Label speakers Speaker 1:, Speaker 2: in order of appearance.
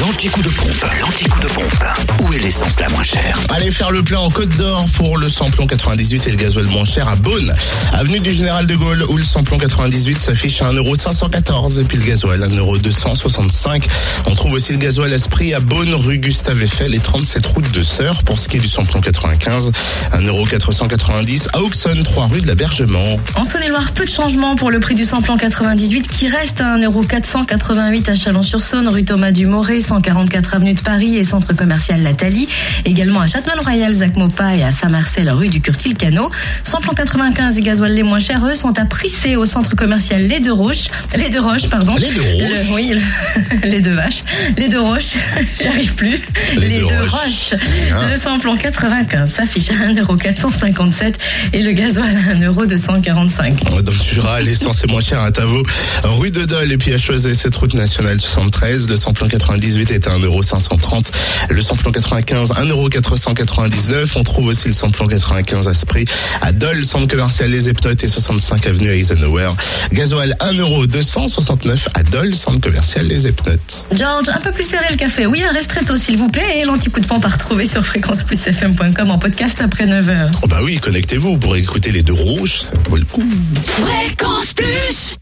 Speaker 1: L'anti-coup de pompe. Où est l'essence la moins chère?
Speaker 2: Allez faire le plein en Côte d'Or pour le samplon 98 et le gasoil moins cher à Beaune. Avenue du Général de Gaulle où le samplon 98 s'affiche à 1,514 € et puis le gasoil à 1,265 €. On trouve aussi le gasoil Esprit à Beaune, rue Gustave Eiffel et 37 route de Sœur. Pour ce qui est du samplon 95, 1,490 € à Auxonne, 3 rue de l'Abergement.
Speaker 3: En Saône-et-Loire, peu de changements pour le prix du samplon 98 qui reste à 1,488 € à Chalon-sur-Saône, rue Thomas Dumoré, 144 avenue de Paris et centre commercial La Thalie. Également à Châtenois-le-Royal, Zac-Maupas et à Saint-Marcel, rue du Curtil-Cano. Samplon 95 et gasoil les moins chers, eux, sont à Prissé au centre commercial Les Deux Roches,
Speaker 2: Les Deux Roches
Speaker 3: Les Deux Vaches. Les Deux Roches, j'arrive plus. Les Deux Roches. Le samplon 95 s'affiche à 1,457 € et le gasoil à 1,245 €.
Speaker 2: Dans le Jura, l'essence est moins chère à Tavaux, rue de Dole et puis à Choiset, cette route nationale 73. Le samplon 98 est à 1,530 €. Le samplon 95, 1,499 €. On trouve aussi le samplon 95 Esprit à Dole, centre commercial Les Epnotes et 65 avenue Eisenhower. Gasoil 1,269 € à Dole, centre commercial Les Epnotes.
Speaker 3: George, un peu plus serré le café. Oui, un restretto s'il vous plaît. Et l'anti-coup de pompe à retrouver sur fréquenceplusfm.com en podcast après 9h.
Speaker 2: Oh bah oui, connectez-vous pour écouter Les Deux Rouges, ça vaut le coup.
Speaker 1: Fréquence Plus.